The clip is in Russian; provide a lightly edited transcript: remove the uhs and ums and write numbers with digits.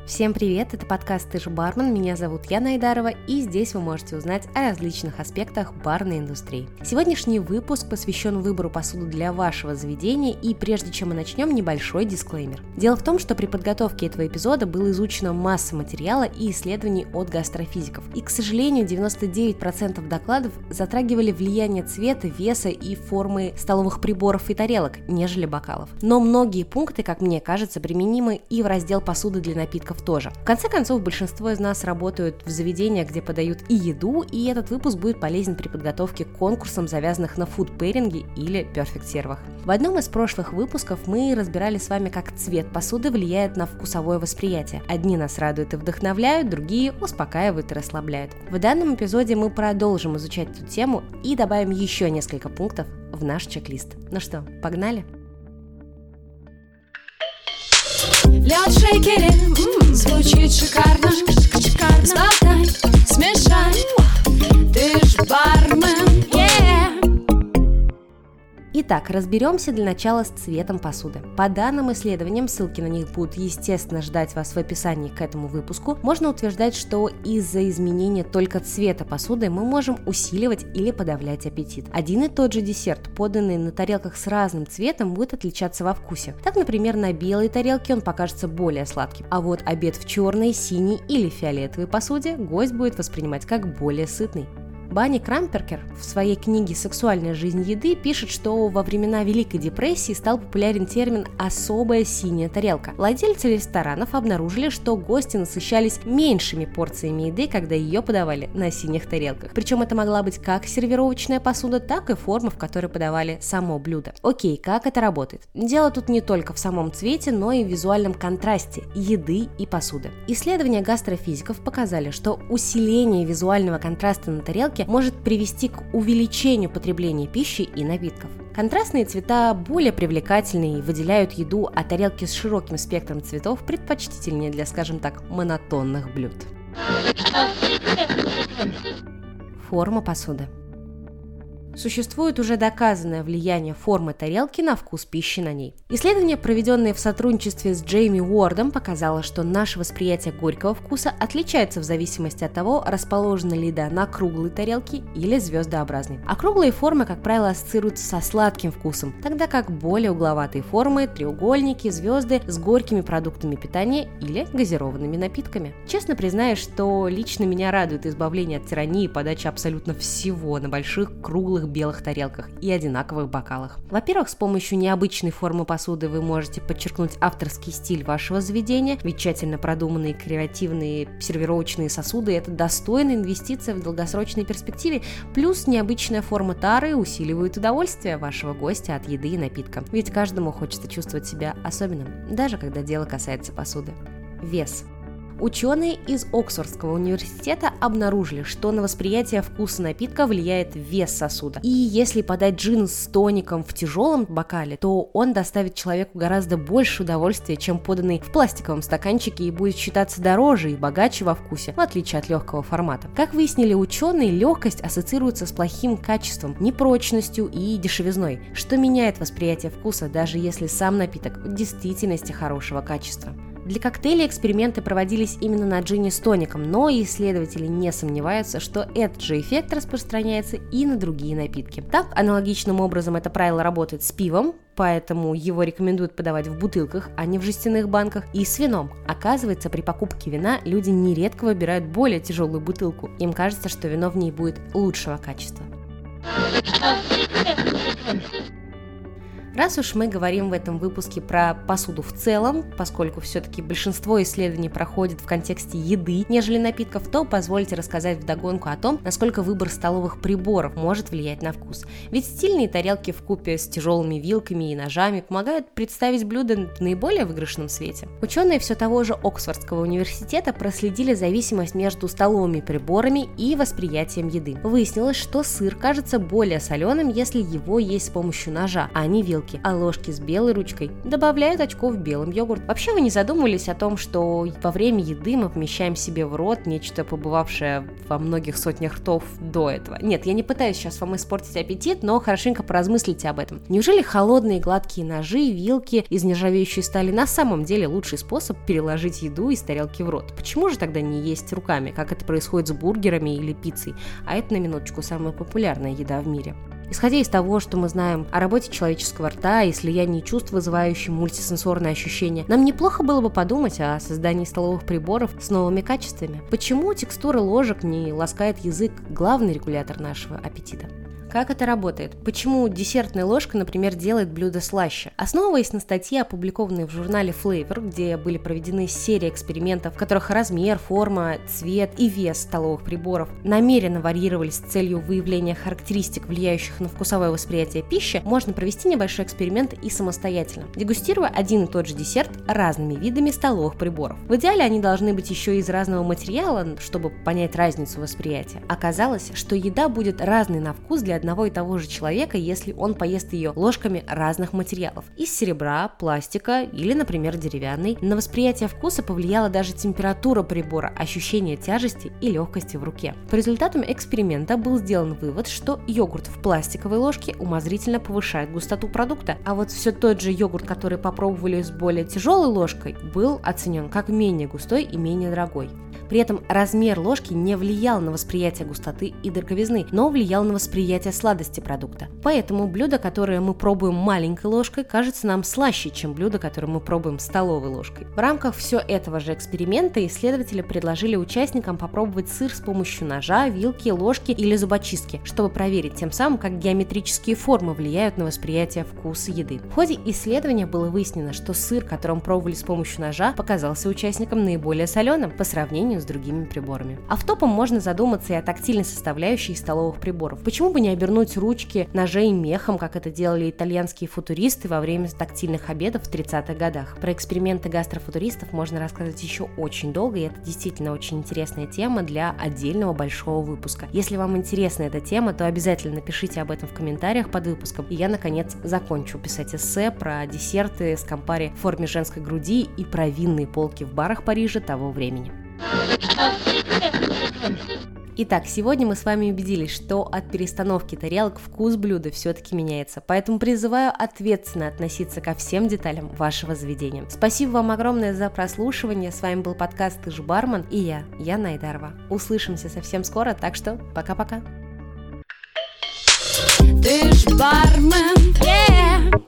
Всем привет, это подкаст «Ты же бармен», меня зовут Яна Айдарова, и здесь вы можете узнать о различных аспектах барной индустрии. Сегодняшний выпуск посвящен выбору посуды для вашего заведения, и прежде чем мы начнем, небольшой дисклеймер. Дело в том, что при подготовке этого эпизода было изучено масса материала и исследований от гастрофизиков, и, к сожалению, 99% докладов затрагивали влияние цвета, веса и формы столовых приборов и тарелок, нежели бокалов. Но многие пункты, как мне кажется, применимы и в раздел посуды для напитков тоже. В конце концов, большинство из нас работают в заведениях, где подают и еду, и этот выпуск будет полезен при подготовке к конкурсам, завязанных на фуд-пейринге или перфект-сервах. В одном из прошлых выпусков мы разбирали с вами, как цвет посуды влияет на вкусовое восприятие. Одни нас радуют и вдохновляют, другие успокаивают и расслабляют. В данном эпизоде мы продолжим изучать эту тему и добавим еще несколько пунктов в наш чек-лист. Ну что, погнали? Лед в шейкере, звучит шикарно, сболтай, смешай, ты ж бармен, Итак, разберемся для начала с цветом посуды. По данным исследованиям, ссылки на них будут, естественно, ждать вас в описании к этому выпуску, можно утверждать, что из-за изменения только цвета посуды мы можем усиливать или подавлять аппетит. Один и тот же десерт, поданный на тарелках с разным цветом, будет отличаться во вкусе. Так, например, на белой тарелке он покажется более сладким, а вот обед в черной, синей или фиолетовой посуде гость будет воспринимать как более сытный. Банни Крамперкер в своей книге «Сексуальная жизнь еды» пишет, что во времена Великой депрессии стал популярен термин «особая синяя тарелка». Владельцы ресторанов обнаружили, что гости насыщались меньшими порциями еды, когда ее подавали на синих тарелках. Причем это могла быть как сервировочная посуда, так и форма, в которой подавали само блюдо. Окей, как это работает? Дело тут не только в самом цвете, но и в визуальном контрасте еды и посуды. Исследования гастрофизиков показали, что усиление визуального контраста на тарелке может привести к увеличению потребления пищи и напитков. Контрастные цвета более привлекательны и выделяют еду, а тарелки с широким спектром цветов предпочтительнее для, скажем так, монотонных блюд. Форма посуды. Существует уже доказанное влияние формы тарелки на вкус пищи на ней. Исследование, проведенное в сотрудничестве с Джейми Уордом, показало, что наше восприятие горького вкуса отличается в зависимости от того, расположена ли еда на круглой тарелке или звездообразной. Округлые формы, как правило, ассоциируются со сладким вкусом, тогда как более угловатые формы, треугольники, звезды с горькими продуктами питания или газированными напитками. Честно признаюсь, что лично меня радует избавление от тирании и подача абсолютно всего на больших круглых белых тарелках и одинаковых бокалах. Во-первых, с помощью необычной формы посуды вы можете подчеркнуть авторский стиль вашего заведения, ведь тщательно продуманные креативные сервировочные сосуды – это достойная инвестиция в долгосрочной перспективе, плюс необычная форма тары усиливает удовольствие вашего гостя от еды и напитка, ведь каждому хочется чувствовать себя особенным, даже когда дело касается посуды. Вес. Ученые из Оксфордского университета обнаружили, что на восприятие вкуса напитка влияет вес сосуда. И если подать джин с тоником в тяжелом бокале, то он доставит человеку гораздо больше удовольствия, чем поданный в пластиковом стаканчике, и будет считаться дороже и богаче во вкусе, в отличие от легкого формата. Как выяснили ученые, легкость ассоциируется с плохим качеством, непрочностью и дешевизной, что меняет восприятие вкуса, даже если сам напиток в действительности хорошего качества. Для коктейлей эксперименты проводились именно на джине с тоником, но исследователи не сомневаются, что этот же эффект распространяется и на другие напитки. Так, аналогичным образом это правило работает с пивом, поэтому его рекомендуют подавать в бутылках, а не в жестяных банках, и с вином. Оказывается, при покупке вина люди нередко выбирают более тяжелую бутылку, им кажется, что вино в ней будет лучшего качества. Раз уж мы говорим в этом выпуске про посуду в целом, поскольку все-таки большинство исследований проходит в контексте еды, нежели напитков, то позвольте рассказать вдогонку о том, насколько выбор столовых приборов может влиять на вкус. Ведь стильные тарелки вкупе с тяжелыми вилками и ножами помогают представить блюдо в наиболее выигрышном свете. Ученые все того же Оксфордского университета проследили зависимость между столовыми приборами и восприятием еды. Выяснилось, что сыр кажется более соленым, если его есть с помощью ножа, а не вилки. вилки, а ложки с белой ручкой добавляют очков в белым йогурт. Вообще вы не задумывались о том, что во время еды мы помещаем себе в рот нечто, побывавшее во многих сотнях ртов до этого? Нет, я не пытаюсь сейчас вам испортить аппетит, но хорошенько поразмыслите об этом. Неужели холодные гладкие ножи, вилки из нержавеющей стали на самом деле лучший способ переложить еду из тарелки в рот? Почему же тогда не есть руками, как это происходит с бургерами или пиццей? А это, на минуточку, самая популярная еда в мире. Исходя из того, что мы знаем о работе человеческого рта и слиянии чувств, вызывающих мультисенсорные ощущения, нам неплохо было бы подумать о создании столовых приборов с новыми качествами. Почему текстура ложек не ласкает язык, главный регулятор нашего аппетита? Как это работает? Почему десертная ложка, например, делает блюдо слаще? Основываясь на статье, опубликованной в журнале Flavor, где были проведены серия экспериментов, в которых размер, форма, цвет и вес столовых приборов намеренно варьировались с целью выявления характеристик, влияющих на вкусовое восприятие пищи, можно провести небольшой эксперимент и самостоятельно, дегустируя один и тот же десерт разными видами столовых приборов. В идеале они должны быть еще из разного материала, чтобы понять разницу восприятия. Оказалось, что еда будет разной на вкус для одного и того же человека, если он поест ее ложками разных материалов – из серебра, пластика или, например, деревянной. На восприятие вкуса повлияла даже температура прибора, ощущение тяжести и легкости в руке. По результатам эксперимента был сделан вывод, что йогурт в пластиковой ложке умозрительно повышает густоту продукта, а вот все тот же йогурт, который попробовали с более тяжелой ложкой, был оценен как менее густой и менее дорогой. При этом размер ложки не влиял на восприятие густоты и дороговизны, но влиял на восприятие сладости продукта. Поэтому блюдо, которое мы пробуем маленькой ложкой, кажется нам слаще, чем блюдо, которое мы пробуем столовой ложкой. В рамках все этого же эксперимента исследователи предложили участникам попробовать сыр с помощью ножа, вилки, ложки или зубочистки, чтобы проверить тем самым, как геометрические формы влияют на восприятие вкуса еды. В ходе исследования было выяснено, что сыр, которым пробовали с помощью ножа, показался участникам наиболее соленым по сравнению с другими приборами. Автопом можно задуматься и о тактильной составляющей столовых приборов. Почему бы не обернуть ручки ножей мехом, как это делали итальянские футуристы во время тактильных обедов в 30-х годах? Про эксперименты гастрофутуристов можно рассказать еще очень долго, и это действительно очень интересная тема для отдельного большого выпуска. Если вам интересна эта тема, то обязательно напишите об этом в комментариях под выпуском, и я, наконец, закончу писать эссе про десерты с кампари в форме женской груди и про винные полки в барах Парижа того времени. Итак, сегодня мы с вами убедились, что от перестановки тарелок вкус блюда все-таки меняется, поэтому призываю ответственно относиться ко всем деталям вашего заведения. Спасибо вам огромное за прослушивание, с вами был подкаст «Ты ж бармен» и я, Яна Айдарова. Услышимся совсем скоро, так что пока-пока. Ты ж бармен, yeah.